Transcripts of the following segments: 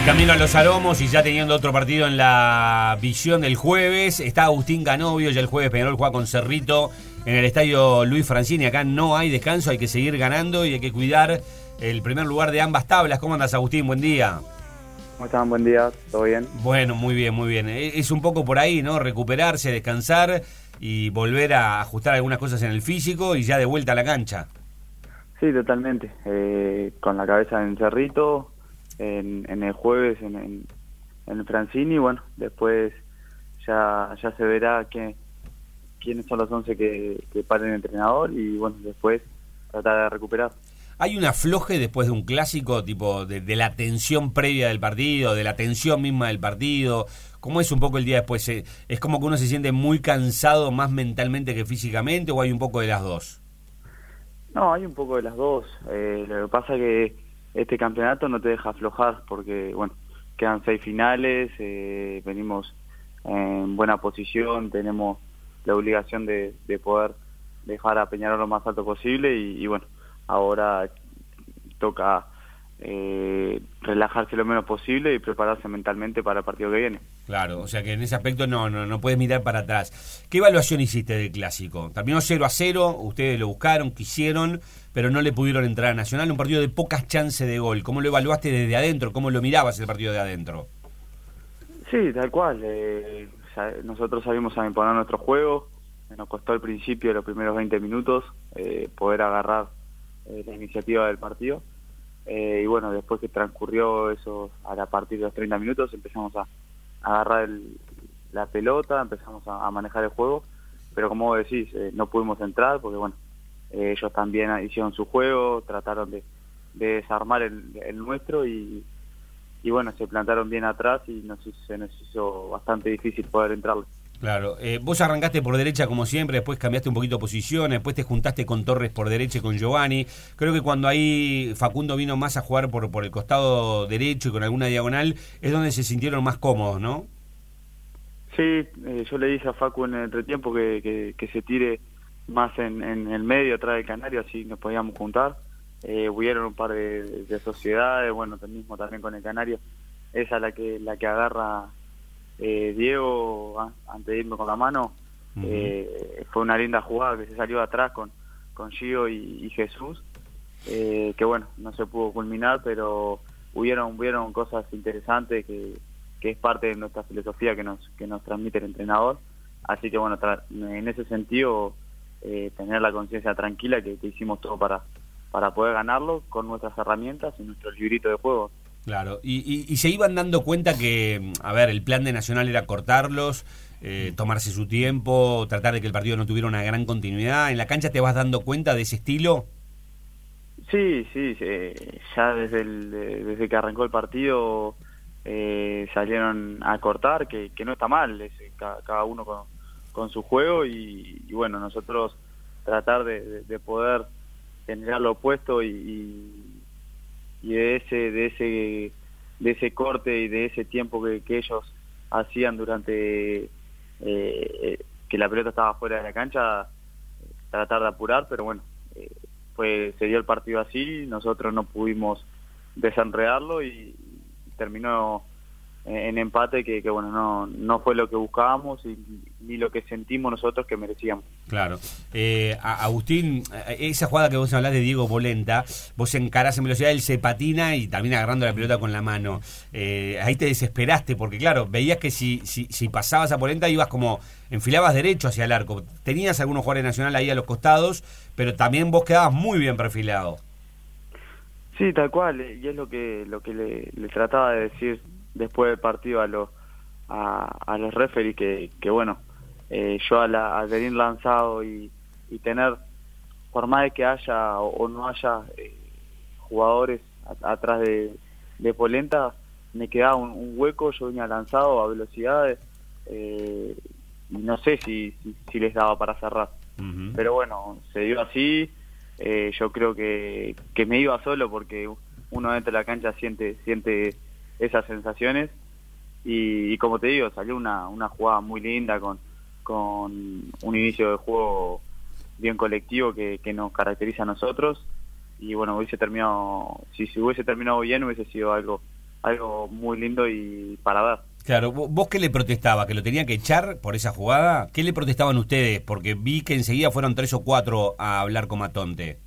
Camino a los Aromos y ya teniendo otro partido en la visión del jueves. Está Agustín Canovio, ya el jueves Peñarol juega con Cerrito en el estadio Luis Francini. Acá no hay descanso, hay que seguir ganando y hay que cuidar el primer lugar de ambas tablas. ¿Cómo andas, Agustín? Buen día. ¿Cómo están? Buen día, ¿todo bien? Bueno, muy bien, muy bien. Es un poco por ahí, ¿no? Recuperarse, descansar y volver a ajustar algunas cosas en el físico y ya de vuelta a la cancha. Sí, totalmente. Con la cabeza en Cerrito, en el jueves en el Francini, bueno, después ya se verá quiénes son los 11 que paren el entrenador y bueno, después tratar de recuperar. ¿Hay un afloje después de un clásico, tipo de la tensión previa del partido, de la tensión misma del partido? ¿Cómo es un poco el día después? ¿Es como que uno se siente muy cansado más mentalmente que físicamente o hay un poco de las dos? No, hay un poco de las dos. Lo que pasa es que este campeonato no te deja aflojar porque, bueno, quedan 6 finales, venimos en buena posición, tenemos la obligación de poder dejar a Peñarol lo más alto posible y bueno, ahora toca relajarse lo menos posible y prepararse mentalmente para el partido que viene. Claro, o sea que en ese aspecto no puedes mirar para atrás. ¿Qué evaluación hiciste del clásico? Terminó 0-0, ustedes lo buscaron, quisieron, pero no le pudieron entrar a Nacional, un partido de pocas chances de gol. ¿Cómo lo evaluaste desde adentro? ¿Cómo lo mirabas el partido de adentro? Sí, tal cual. Nosotros salimos a imponer nuestro juego. Nos costó al principio, los primeros 20 minutos, poder agarrar la iniciativa del partido. Y bueno, después que transcurrió eso, a partir de los 30 minutos, empezamos a agarrar la pelota, empezamos a manejar el juego. Pero como vos decís, no pudimos entrar porque bueno, ellos también hicieron su juego, trataron de desarmar el nuestro y bueno, se plantaron bien atrás y se nos hizo bastante difícil poder entrarle. Claro, vos arrancaste por derecha como siempre, después cambiaste un poquito de posición, después te juntaste con Torres por derecha y con Giovanni. Creo que cuando ahí Facundo vino más a jugar por el costado derecho y con alguna diagonal, es donde se sintieron más cómodos, ¿no? Sí, yo le dije a Facu en el entretiempo que se tire más en el medio, atrás del Canario, así nos podíamos juntar. Hubieron un par de sociedades, bueno, mismo también con el Canario, esa la que agarra Diego antes de irme con la mano. Fue una linda jugada que se salió atrás con Gio y Jesús, que bueno, no se pudo culminar, pero hubieron cosas interesantes que es parte de nuestra filosofía que nos transmite el entrenador, así que bueno, en ese sentido tener la conciencia tranquila que hicimos todo para poder ganarlo con nuestras herramientas y nuestro librito de juego. Claro, y se iban dando cuenta que, a ver, el plan de Nacional era cortarlos, tomarse su tiempo, tratar de que el partido no tuviera una gran continuidad. ¿En la cancha te vas dando cuenta de ese estilo? Sí, ya desde que arrancó el partido salieron a cortar, que no está mal, cada uno con su juego y bueno, nosotros tratar de poder generar lo opuesto y de ese corte y de ese tiempo que ellos hacían durante que la pelota estaba fuera de la cancha, tratar de apurar, pero bueno, se dio el partido así, nosotros no pudimos desenredarlo y terminó en empate que bueno, no fue lo que buscábamos ni lo que sentimos nosotros que merecíamos. Claro. Agustín, esa jugada que vos hablás de Diego Polenta, vos encarás en velocidad, él se patina y termina agarrando la pelota con la mano. Ahí te desesperaste porque claro, veías que si pasabas a Polenta ibas como, enfilabas derecho hacia el arco. Tenías algunos jugadores nacionales ahí a los costados, pero también vos quedabas muy bien perfilado. Sí, tal cual, y es lo que le trataba de decir después del partido a los referees que bueno, yo al venir lanzado y tener, por más de que haya o no haya jugadores atrás de Polenta, me quedaba un hueco, yo venía lanzado a velocidades y no sé si les daba para cerrar. Pero bueno, se dio así. Yo creo que me iba solo porque uno dentro de la cancha siente esas sensaciones y como te digo, salió una jugada muy linda con un inicio de juego bien colectivo que nos caracteriza a nosotros y bueno, hubiese terminado, si hubiese terminado bien hubiese sido algo algo muy lindo y para ver. Claro, ¿vos qué le protestaba? ¿Que lo tenían que echar por esa jugada? ¿Qué le protestaban ustedes? Porque vi que enseguida fueron 3 o 4 a hablar con Matonte.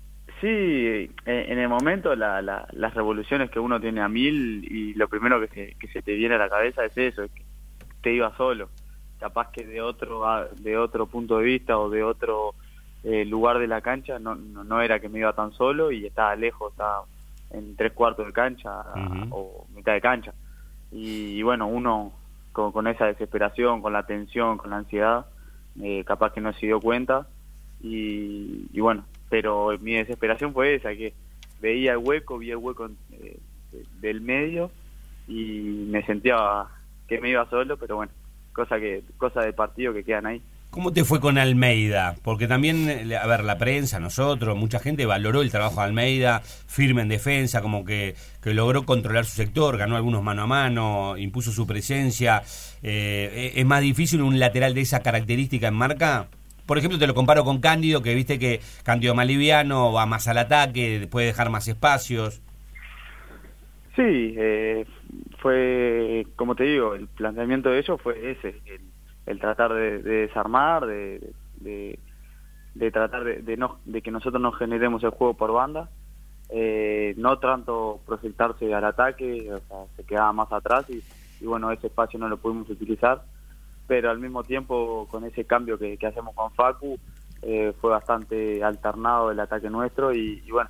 Sí, en el momento las revoluciones que uno tiene a 1000 y lo primero que se te viene a la cabeza es eso, es que te iba solo. Capaz que de otro punto de vista o de otro lugar de la cancha no era que me iba tan solo y estaba lejos, estaba en 3/4 de cancha o mitad de cancha. Y bueno, uno con esa desesperación, con la tensión, con la ansiedad, capaz que no se dio cuenta y bueno, pero mi desesperación fue esa, que vi el hueco del medio y me sentía que me iba solo, pero bueno, cosa del partido que quedan ahí. ¿Cómo te fue con Almeida? Porque también, a ver, la prensa, nosotros, mucha gente valoró el trabajo de Almeida, firme en defensa, como que logró controlar su sector, ganó algunos mano a mano, impuso su presencia. ¿Es más difícil un lateral de esa característica en marca? Por ejemplo, te lo comparo con Cándido, que viste que Cándido más liviano, va más al ataque, puede dejar más espacios. Sí, fue, como te digo, el planteamiento de ellos fue ese, el tratar de desarmar, de tratar de que nosotros no generemos el juego por banda, no tanto proyectarse al ataque, o sea, se quedaba más atrás y bueno, ese espacio no lo pudimos utilizar, pero al mismo tiempo con ese cambio que hacemos con Facu, fue bastante alternado el ataque nuestro y bueno,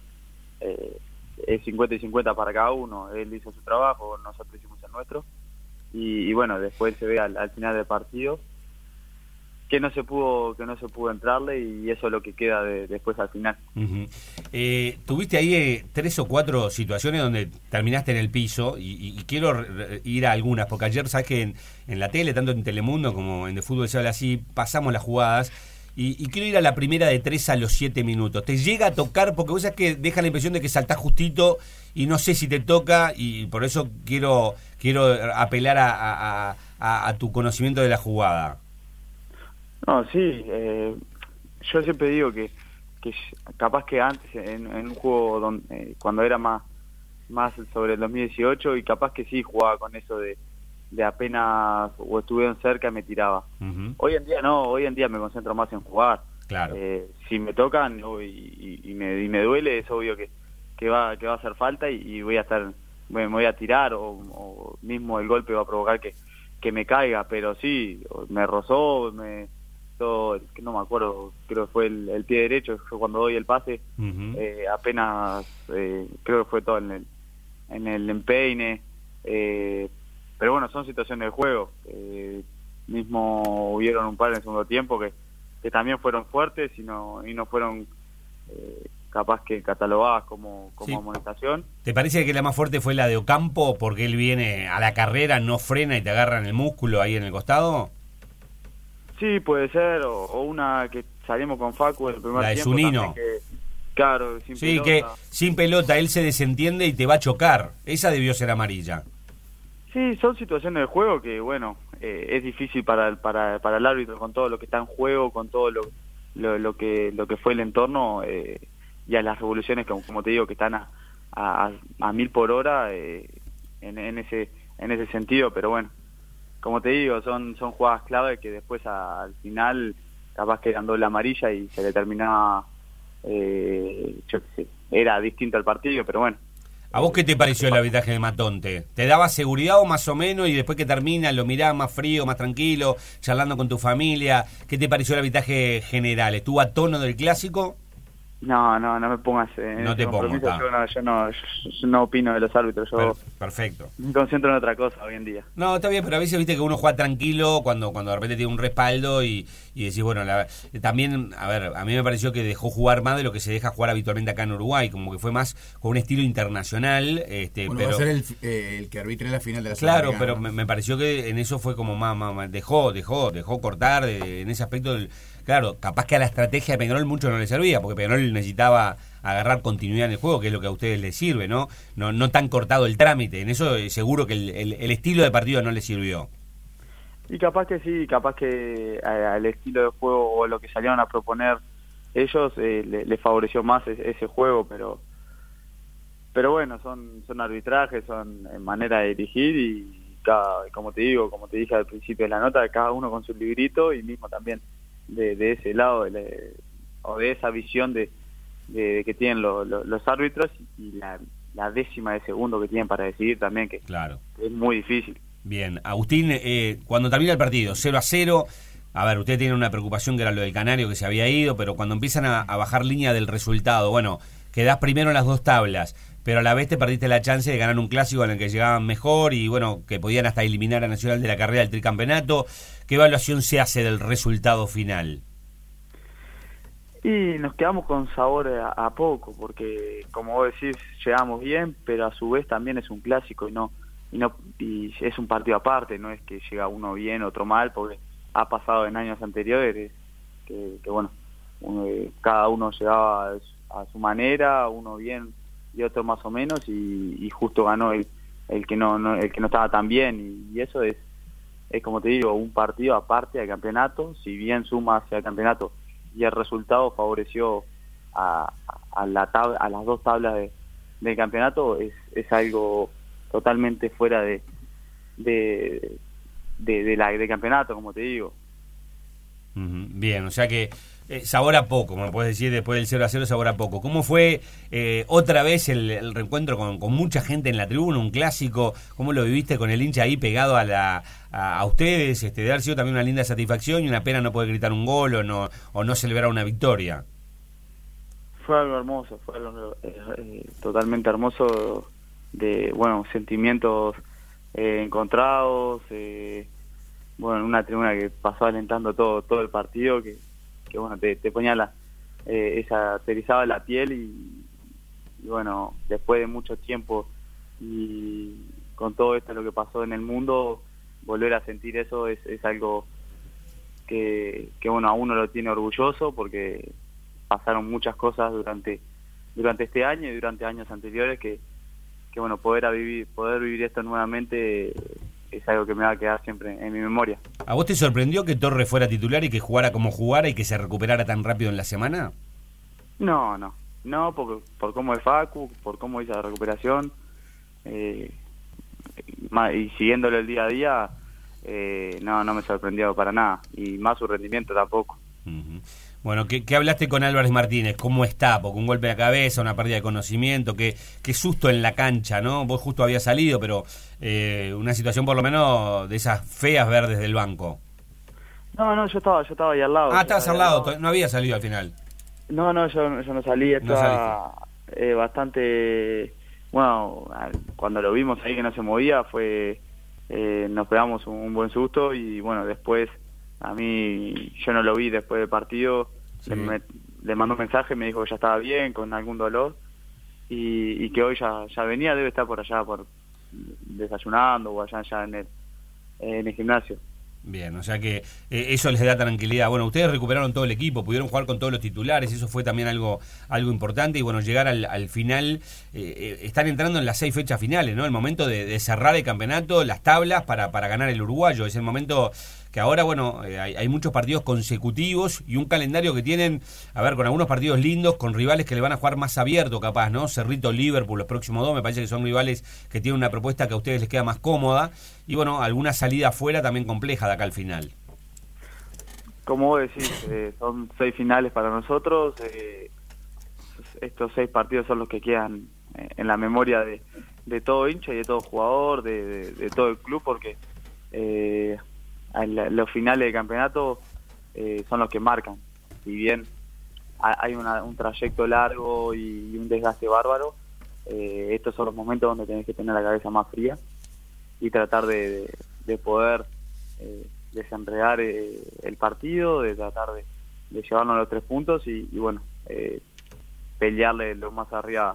es 50 y 50 para cada uno, él hizo su trabajo, nosotros hicimos el nuestro y bueno, después se ve al final del partido que no se pudo entrarle y eso es lo que queda después al final. Tuviste ahí 3 o 4 situaciones donde terminaste en el piso y quiero ir a algunas, porque ayer sabes que en la tele, tanto en Telemundo como en The Fútbol se habla así, pasamos las jugadas y quiero ir a la primera de 3 a los 7 minutos. ¿Te llega a tocar? Porque vos sabés que deja la impresión de que saltás justito y no sé si te toca y por eso quiero apelar a tu conocimiento de la jugada. No, sí, yo siempre digo que capaz que antes en un juego donde cuando era más sobre el 2018 y capaz que sí jugaba con eso de apenas o estuvieron cerca me tiraba. Hoy en día no, hoy en día me concentro más en jugar. Claro. Si me tocan y me duele, es obvio que va a hacer falta y voy a estar, me voy a tirar o mismo el golpe va a provocar que me caiga, pero sí, me rozó, que no me acuerdo, creo que fue el pie derecho, yo cuando doy el pase, apenas, creo que fue todo en el empeine, pero bueno, son situaciones de juego, mismo hubieron un par en el segundo tiempo que también fueron fuertes y no fueron capaz que catalogadas como sí. Amonestación. ¿Te parece que la más fuerte fue la de Ocampo porque él viene a la carrera, no frena y te agarra en el músculo ahí en el costado? Sí, puede ser, o una que salimos con Facu el primer tiempo. La de Zunino. Claro, sin pelota. Que sin pelota él se desentiende y te va a chocar. Esa debió ser amarilla. Sí, son situaciones de juego que, bueno, es difícil para el árbitro con todo lo que está en juego, con todo lo que fue el entorno y a las revoluciones, como te digo, que están a 1000 por hora en ese sentido, pero bueno. Como te digo, son jugadas clave que después al final capaz que eran doble amarilla y se le terminaba, yo qué sé, era distinto el partido, pero bueno. ¿A vos qué te pareció el arbitraje de Matonte? ¿Te daba seguridad o más o menos y después que termina lo mirás más frío, más tranquilo, charlando con tu familia? ¿Qué te pareció el arbitraje general? ¿Estuvo a tono del clásico? No me pongas no te pongo, yo no opino de los árbitros, yo perfecto. Me concentro en otra cosa hoy en día. No, está bien, pero a veces viste que uno juega tranquilo cuando de repente tiene un respaldo y decís, bueno, también, a ver, a mí me pareció que dejó jugar más de lo que se deja jugar habitualmente acá en Uruguay, como que fue más con un estilo internacional. Bueno, pero va a ser el que arbitre la final de la Claro, pero me pareció que en eso fue como más dejó cortar en ese aspecto Claro, capaz que a la estrategia de Peñarol mucho no le servía, porque Peñarol necesitaba agarrar continuidad en el juego, que es lo que a ustedes les sirve, ¿no? No tan cortado el trámite. En eso seguro que el estilo de partido no les sirvió. Y capaz que sí, capaz que al estilo de juego o lo que salieron a proponer ellos les favoreció más ese juego, pero bueno, son arbitrajes, son manera de dirigir y como te dije al principio de la nota, cada uno con su librito y mismo también de ese lado o de esa visión de que tienen los árbitros y la décima de segundo que tienen para decidir también, que claro, es muy difícil. Bien, Agustín, cuando termina el partido, 0-0, a ver, usted tiene una preocupación que era lo del Canario que se había ido, pero cuando empiezan a bajar línea del resultado, bueno, quedás primero en las dos tablas, pero a la vez te perdiste la chance de ganar un clásico en el que llegaban mejor y bueno, que podían hasta eliminar a Nacional de la carrera del tricampeonato. ¿Qué evaluación se hace del resultado final? Y nos quedamos con sabor a poco, porque como vos decís, llegamos bien, pero a su vez también es un clásico y es un partido aparte, no es que llega uno bien, otro mal, porque ha pasado en años anteriores que bueno, cada uno llegaba a su manera, uno bien y otro más o menos, y justo ganó el que no estaba tan bien, y eso es como te digo, un partido aparte del campeonato. Si bien suma hacia el campeonato y el resultado favoreció a las dos tablas del campeonato, es algo totalmente fuera del campeonato, como te digo. Bien, o sea que sabor a poco, como puedes decir, después del 0-0, sabor a poco. ¿Cómo fue otra vez el reencuentro con mucha gente en la tribuna, un clásico? ¿Cómo lo viviste con el hincha ahí pegado a ustedes? De haber sido también una linda satisfacción y una pena no poder gritar un gol o no celebrar una victoria. Fue algo hermoso, fue algo totalmente hermoso, de sentimientos encontrados, una tribuna que pasó alentando todo el partido, que bueno, te ponía te erizaba la piel y bueno, después de mucho tiempo y con todo esto lo que pasó en el mundo, volver a sentir eso es algo que bueno, a uno lo tiene orgulloso, porque pasaron muchas cosas durante este año y durante años anteriores que bueno, poder vivir esto nuevamente es algo que me va a quedar siempre en mi memoria. ¿A vos te sorprendió que Torres fuera titular y que jugara como jugara y que se recuperara tan rápido en la semana? No, por cómo es Facu, por cómo hizo la recuperación, y siguiéndolo el día a día, no me sorprendió para nada, y más su rendimiento tampoco. Uh-huh. Bueno, ¿qué hablaste con Álvarez Martínez? ¿Cómo está? Porque un golpe de cabeza, una pérdida de conocimiento, qué susto en la cancha, ¿no? Vos justo habías salido, pero una situación por lo menos de esas feas ver desde el banco. No, yo estaba ahí al lado. Ah, estabas al lado, no había salido al final. No, yo no salí, estaba bastante... Bueno, cuando lo vimos ahí que no se movía, nos pegamos un buen susto y bueno, después... A mí, yo no lo vi después del partido, sí. Le mandó un mensaje, me dijo que ya estaba bien, con algún dolor, y que hoy ya venía, debe estar por allá, desayunando o allá en el gimnasio. Bien, o sea que eso les da tranquilidad. Bueno, ustedes recuperaron todo el equipo, pudieron jugar con todos los titulares, eso fue también algo importante, y bueno, llegar al final, están entrando en las 6 fechas finales, ¿no? El momento de cerrar el campeonato, las tablas para ganar el uruguayo, es el momento que ahora, bueno, hay muchos partidos consecutivos y un calendario que tienen, a ver, con algunos partidos lindos, con rivales que le van a jugar más abierto capaz, ¿no? Cerrito, Liverpool, los próximos 2, me parece que son rivales que tienen una propuesta que a ustedes les queda más cómoda, y bueno, alguna salida afuera también compleja de acá al final. Como vos decís, son 6 finales para nosotros, estos 6 partidos son los que quedan en la memoria de todo hincha y de todo jugador, de todo el club, porque los finales de campeonato son los que marcan. Si bien hay un trayecto largo y un desgaste bárbaro, estos son los momentos donde tenés que tener la cabeza más fría y tratar de poder desenredar el partido, de tratar de llevarnos los 3 puntos y bueno, pelearle lo más arriba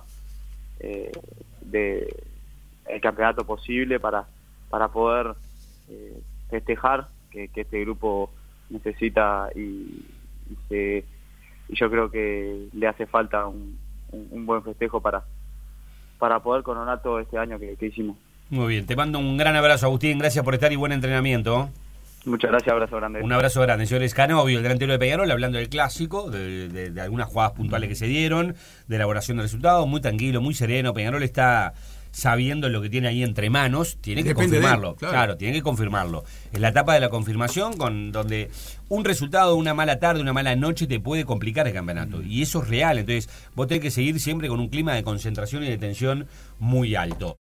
del campeonato posible para poder festejar que este grupo necesita y yo creo que le hace falta un buen festejo para poder coronar todo este año que hicimos. Muy bien, te mando un gran abrazo, Agustín, gracias por estar y buen entrenamiento. Muchas gracias, abrazo grande. Un abrazo grande, señor Escanovio, el delantero de Peñarol, hablando del clásico, de algunas jugadas puntuales que se dieron, de elaboración de resultados, muy tranquilo, muy sereno. Peñarol está sabiendo lo que tiene ahí entre manos, tiene que confirmarlo. Claro, tiene que confirmarlo. Es la etapa de la confirmación, donde un resultado, una mala tarde, una mala noche te puede complicar el campeonato. Y eso es real. Entonces, vos tenés que seguir siempre con un clima de concentración y de tensión muy alto.